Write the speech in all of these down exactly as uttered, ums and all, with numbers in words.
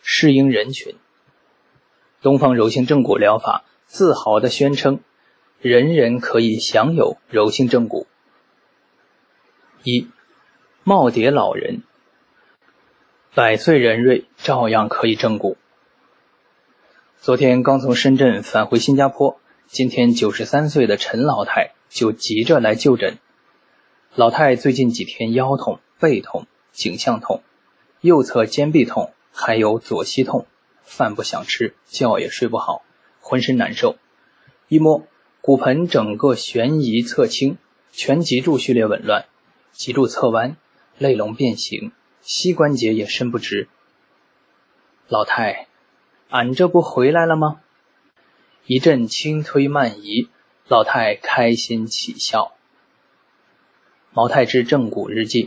适应人群。东方柔性正骨疗法自豪地宣称，人人可以享有柔性正骨。一、耄耋老人，百岁人瑞照样可以正骨。昨天刚从深圳返回新加坡，今天九十三岁的陈老太就急着来就诊。老太最近几天腰痛、背痛、颈项痛，右侧肩臂痛，还有左膝痛，饭不想吃，觉也睡不好，浑身难受。一摸，骨盆整个悬移侧倾，全脊柱序列紊乱，脊柱侧弯，肋龙变形，膝关节也伸不直。老太，俺这不回来了吗？一阵轻推慢移，老太开心起笑。毛太之正骨日记。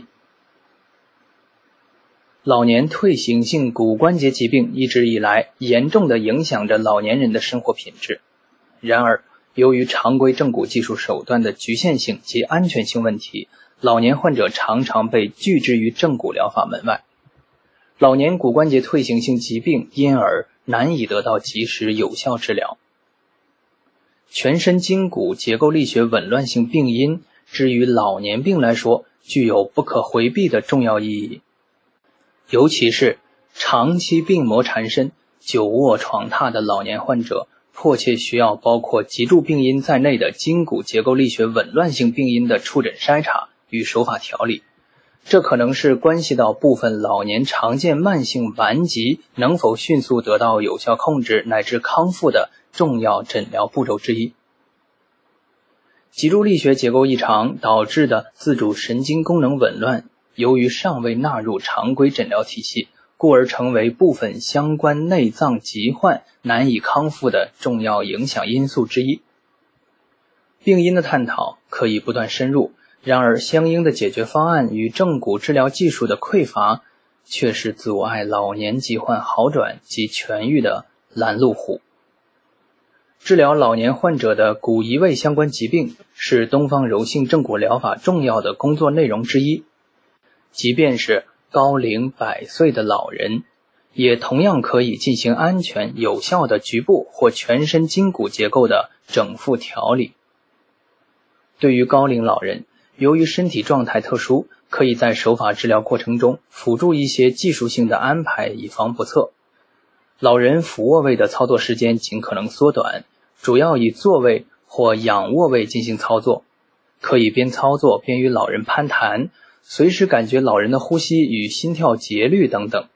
老年退行性骨关节疾病一直以来严重地影响着老年人的生活品质。然而，由于常规正骨技术手段的局限性及安全性问题，老年患者常常被拒之于正骨疗法门外。老年骨关节退行性疾病因而难以得到及时有效治疗。全身筋骨结构力学紊乱性病因之于老年病来说，具有不可回避的重要意义。尤其是长期病魔缠身、久卧床榻的老年患者，迫切需要包括脊柱病因在内的筋骨结构力学紊乱性病因的触诊筛查与手法调理。这可能是关系到部分老年常见慢性顽疾能否迅速得到有效控制乃至康复的重要诊疗步骤之一。脊柱力学结构异常导致的自主神经功能紊乱，由于尚未纳入常规诊疗体系，故而成为部分相关内脏疾患难以康复的重要影响因素之一。病因的探讨可以不断深入，然而相应的解决方案与正骨治疗技术的匮乏，却是阻碍老年疾患好转及痊愈的拦路虎。治疗老年患者的骨移位相关疾病是东方柔性正骨疗法重要的工作内容之一。即便是高龄百岁的老人，也同样可以进行安全有效的局部或全身筋骨结构的整复调理。对于高龄老人，由于身体状态特殊，可以在手法治疗过程中辅助一些技术性的安排，以防不测。老人俯卧位的操作时间尽可能缩短，主要以坐位或仰卧位进行操作，可以边操作边与老人攀谈，随时感觉老人的呼吸与心跳节律等等。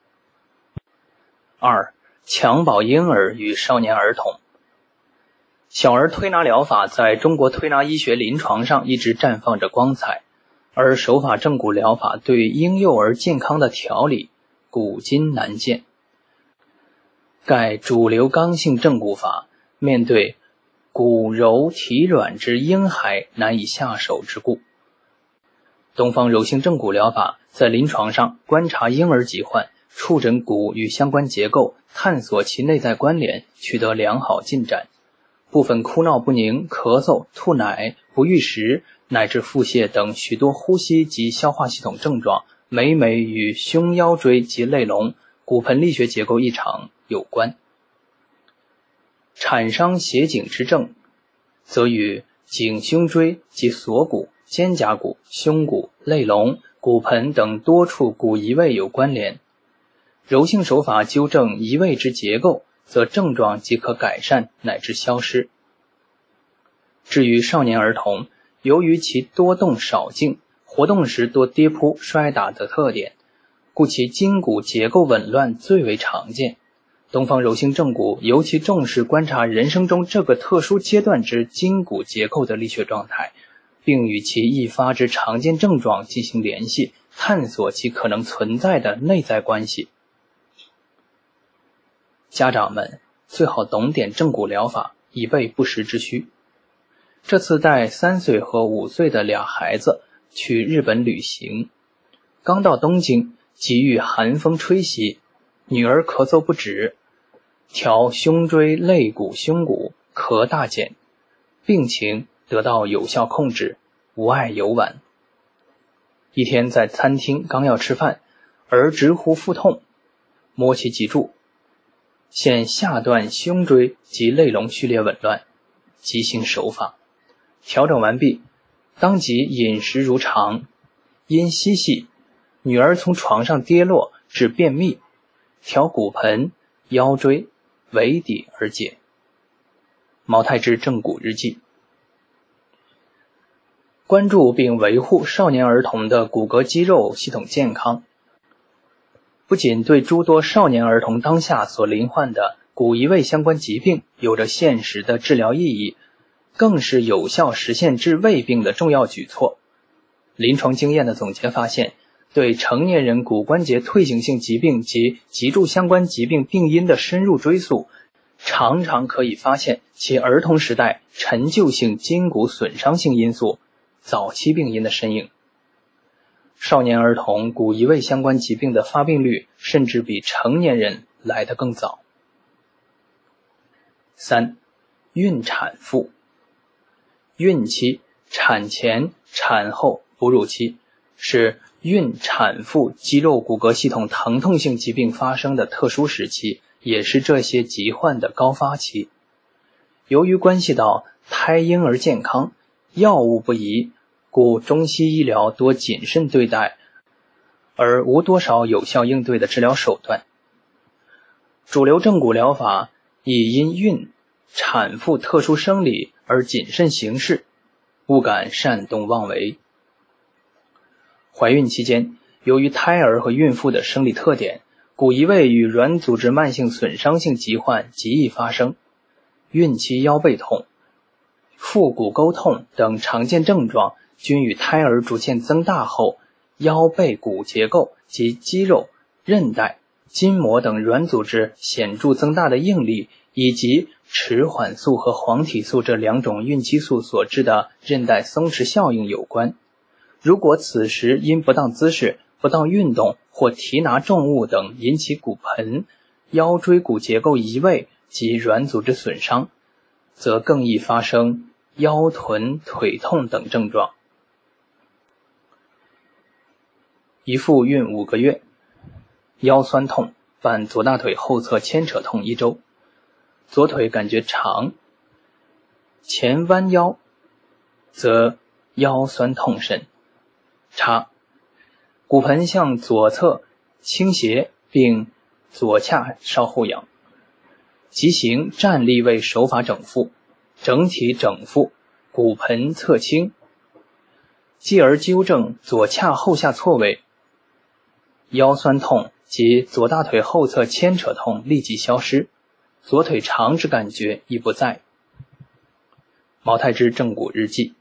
二、襁褓婴儿与少年儿童。小儿推拿疗法在中国推拿医学临床上一直绽放着光彩，而手法正骨疗法对婴幼儿健康的调理古今难见。盖主流刚性正骨法面对骨柔体软之婴孩难以下手之故。东方柔性正骨疗法在临床上观察婴儿疾患，触诊骨与相关结构，探索其内在关联，取得良好进展。部分哭闹不宁、咳嗽、吐奶、不育食乃至腹泻等许多呼吸及消化系统症状，每每与胸腰椎及肋龙、骨盆力学结构异常有关。产伤斜颈之症，则与颈胸椎及锁骨、肩胛骨、胸骨、肋龙、骨盆等多处骨移位有关联。柔性手法纠正移位之结构，则症状即可改善乃至消失。至于少年儿童，由于其多动少静，活动时多跌扑摔打的特点，故其筋骨结构紊乱最为常见。东方柔性正骨尤其重视观察人生中这个特殊阶段之筋骨结构的力学状态，并与其易发之常见症状进行联系，探索其可能存在的内在关系。家长们最好懂点正骨疗法，以备不时之需。这次带三岁和五岁的俩孩子去日本旅行，刚到东京，即遇寒风吹袭，女儿咳嗽不止，调胸椎、肋骨、胸骨，咳大减，病情得到有效控制，无碍有晚。一天在餐厅刚要吃饭，儿直呼腹痛， 摸其脊柱，现下段胸椎及肋龙序列紊乱，即行手法。调整完毕，当即饮食如常。因嬉戏，女儿从床上跌落致便秘，调骨盆、腰椎，为底而解。毛太之正骨日记。关注并维护少年儿童的骨骼肌肉系统健康，不仅对诸多少年儿童当下所罹患的骨移位相关疾病有着现实的治疗意义，更是有效实现治胃病的重要举措。临床经验的总结发现，对成年人骨关节退行性疾病及脊柱相关疾病病因的深入追溯，常常可以发现其儿童时代陈旧性筋骨损伤性因素、早期病因的身影。少年儿童骨移位相关疾病的发病率甚至比成年人来得更早。三、孕产妇。孕期、产前、产后、哺乳期是孕产妇肌肉骨骼系统疼痛性疾病发生的特殊时期，也是这些疾患的高发期。由于关系到胎婴儿健康，药物不宜，故中西医疗多谨慎对待，而无多少有效应对的治疗手段。主流正骨疗法以因孕产妇特殊生理而谨慎行事，勿敢擅动妄为。怀孕期间，由于胎儿和孕妇的生理特点，骨移位与软组织慢性损伤性疾患极易发生。孕期腰背痛、腹股沟痛等常见症状均与胎儿逐渐增大后，腰背骨结构及肌肉、韧带、筋膜等软组织显著增大的应力，以及迟缓素和黄体素这两种孕激素所致的韧带松弛效应有关。如果此时因不当姿势、不当运动或提拿重物等引起骨盆、腰椎骨结构移位及软组织损伤，则更易发生腰臀腿痛等症状。一妇孕五个月，腰酸痛伴左大腿后侧牵扯痛一周，左腿感觉长，前弯腰则腰酸痛甚。查骨盆向左侧倾斜并左髂稍后仰，即行站立位手法整复，整体整复，骨盆侧倾，继而纠正左髂后下错位，腰酸痛及左大腿后侧牵扯痛立即消失，左腿长之感觉已不在。毛太之正骨日记。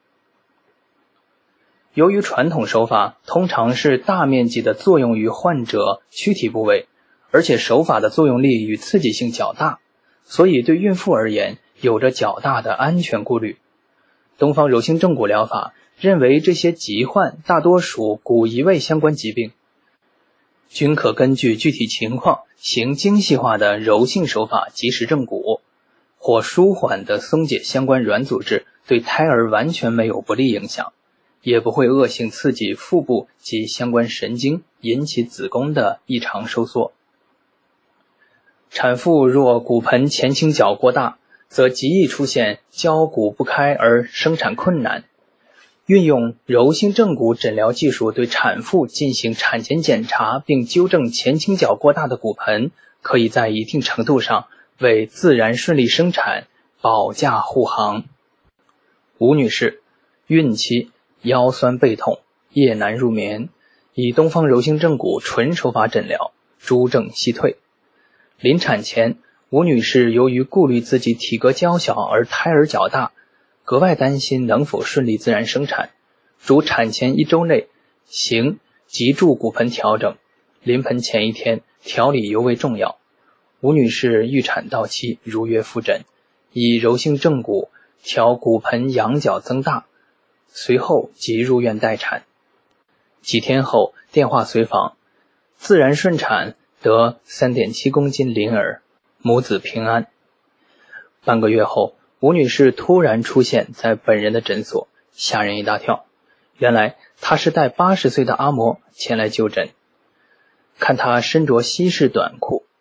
由于传统手法通常是大面积的作用于患者躯体部位，而且手法的作用力与刺激性较大，所以对孕妇而言有着较大的安全顾虑。东方柔性正骨疗法认为这些疾患大多属骨移位相关疾病，均可根据具体情况行精细化的柔性手法及时正骨，或舒缓的松解相关软组织，对胎儿完全没有不利影响，也不会恶性刺激腹部及相关神经，引起子宫的异常收缩。产妇若骨盆前倾角过大，则极易出现交骨不开而生产困难。运用柔性正骨诊疗技术对产妇进行产前检查并纠正前倾角过大的骨盆，可以在一定程度上为自然顺利生产保驾护航。吴女士，孕期腰酸背痛，夜难入眠，以东方柔性正骨纯手法诊疗，诸症悉退。临产前，吴女士由于顾虑自己体格娇小而胎儿较大，格外担心能否顺利自然生产，如产前一周内行脊柱骨盆调整，临盆前一天调理尤为重要。吴女士预产到期如约复诊，以柔性正骨调骨盆仰角增大，随后即入院待产。几天后电话随访，自然顺产得 三点七公斤麟儿，母子平安。半个月后，吴女士突然出现在本人的诊所，吓人一大跳。原来她是带八十岁的阿嬷前来就诊，看她身着西式短裤，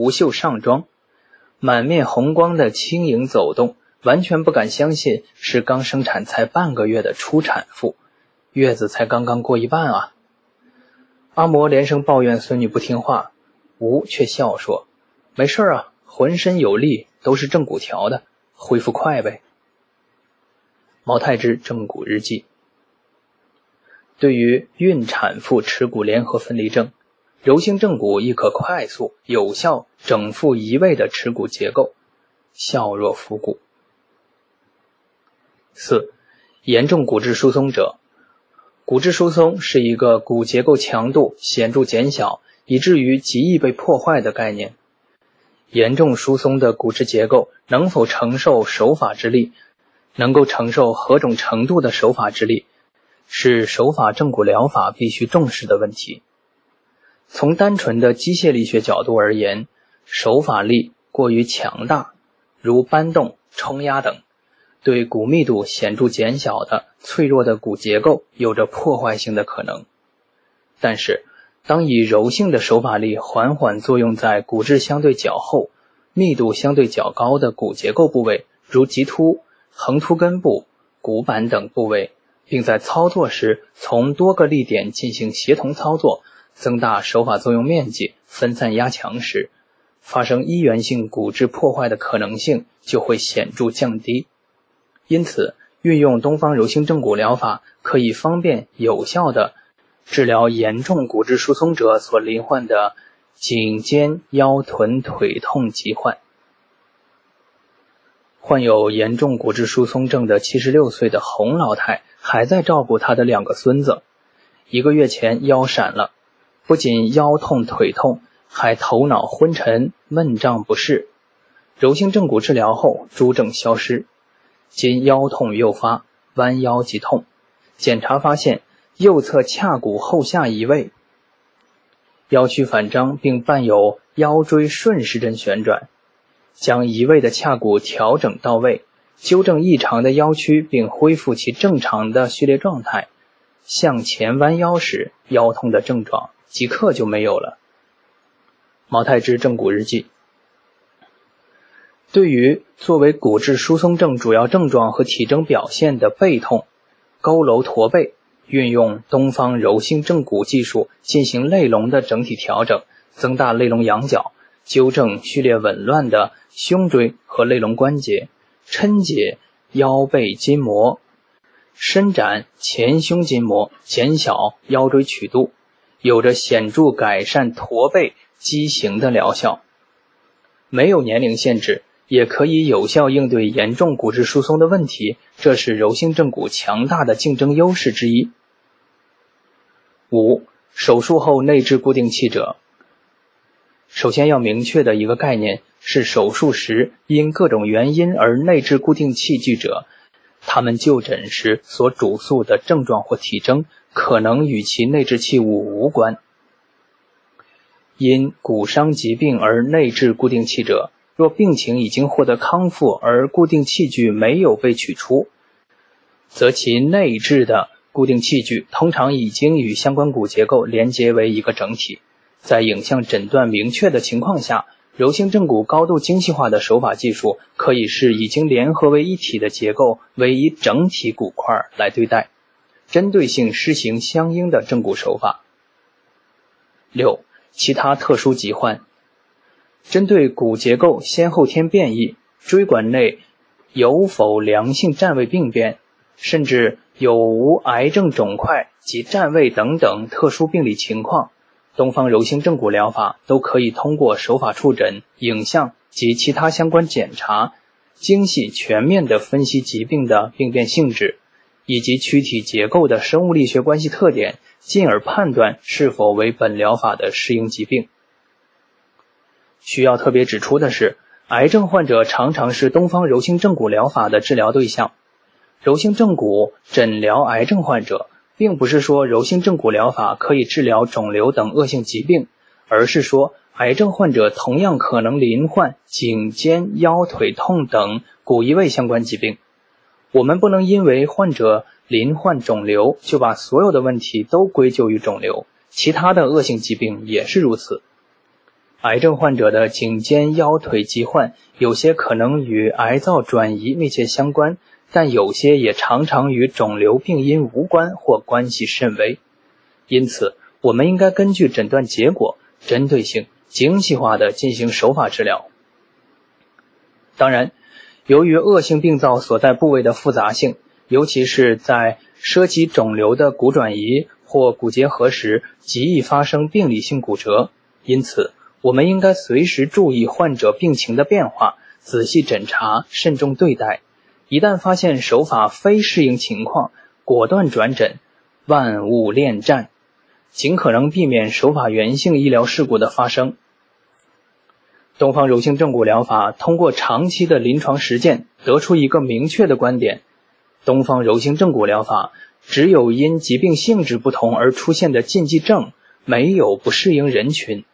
胡袖上妆，满面红光的轻盈走动，完全不敢相信是刚生产才半个月的初产妇，月子才刚刚过一半啊。阿嬷连声抱怨孙女不听话，吴却笑说，没事啊，浑身有力，都是正骨调的，恢复快呗。毛太之正骨日记。对于孕产妇耻骨联合分离症，柔性正骨亦可快速有效整复移位的耻骨结构，效若复骨。四、严重骨质疏松者。骨质疏松是一个骨结构强度显著减小，以至于极易被破坏的概念。严重疏松的骨质结构能否承受手法之力，能够承受何种程度的手法之力，是手法正骨疗法必须重视的问题。从单纯的机械力学角度而言，手法力过于强大，如搬动、冲压等，对骨密度显著减小的脆弱的骨结构有着破坏性的可能。但是，当以柔性的手法力缓缓作用在骨质相对较厚、密度相对较高的骨结构部位，如棘突、横突根部、骨板等部位，并在操作时从多个力点进行协同操作，增大手法作用面积，分散压强时，发生一源性骨质破坏的可能性就会显著降低。因此，运用东方柔性正骨疗法可以方便有效地治疗严重骨质疏松者所罹患的颈肩腰臀腿痛疾患。患有严重骨质疏松症的七十六岁的洪老太还在照顾她的两个孙子，一个月前腰闪了，不仅腰痛腿痛，还头脑昏沉、闷胀不适。柔性正骨治疗后诸症消失，今腰痛诱发，弯腰即痛。检查发现右侧髂骨后下移位，腰曲反张，并伴有腰椎顺时针旋转，将移位的髂骨调整到位，纠正异常的腰曲，并恢复其正常的序列状态。向前弯腰时，腰痛的症状即刻就没有了。毛太之正骨日记。对于作为骨质疏松症主要症状和体征表现的背痛、佝偻驼背，运用东方柔性正骨技术进行肋龙的整体调整，增大肋龙仰角，纠正序列紊乱的胸椎和肋龙关节，抻解腰背筋膜，伸展前胸筋膜，减小腰椎曲度，有着显著改善驼背畸形的疗效。没有年龄限制，也可以有效应对严重骨质疏松的问题，这是柔性正骨强大的竞争优势之一。五、手术后内置固定器者。首先要明确的一个概念是，手术时因各种原因而内置固定器具者，他们就诊时所主诉的症状或体征可能与其内置器物无关。因骨伤疾病而内置固定器者，若病情已经获得康复而固定器具没有被取出，则其内置的固定器具通常已经与相关骨结构连接为一个整体。在影像诊断明确的情况下，柔性正骨高度精细化的手法技术可以视已经联合为一体的结构为一整体骨块来对待，针对性施行相应的正骨手法。六、其他特殊疾患。针对骨结构先后天变异、椎管内有否良性占位病变，甚至有无癌症肿块及占位等等特殊病理情况，东方柔性正骨疗法都可以通过手法触诊、影像及其他相关检查，精细全面地分析疾病的病变性质以及躯体结构的生物力学关系特点，进而判断是否为本疗法的适应疾病。需要特别指出的是，癌症患者常常是东方柔性正骨疗法的治疗对象。柔性正骨诊疗癌症患者，并不是说柔性正骨疗法可以治疗肿瘤等恶性疾病，而是说癌症患者同样可能罹患颈肩腰腿痛等骨移位相关疾病。我们不能因为患者罹患肿瘤就把所有的问题都归咎于肿瘤，其他的恶性疾病也是如此。 癌症患者的颈肩腰腿疾患有些可能与癌灶转移密切相关，但有些也常常与肿瘤病因无关或关系甚微。因此，我们应该根据诊断结果，针对性、精细化地进行手法治疗。当然，由于恶性病灶所在部位的复杂性，尤其是在涉及肿瘤的骨转移或骨结合时，极易发生病理性骨折，因此我们应该随时注意患者病情的变化，仔细诊查，慎重对待。一旦发现手法非适应情况，果断转诊，万勿恋战，尽可能避免手法源性医疗事故的发生。东方柔性正骨疗法通过长期的临床实践得出一个明确的观点：东方柔性正骨疗法只有因疾病性质不同而出现的禁忌症，没有不适应人群。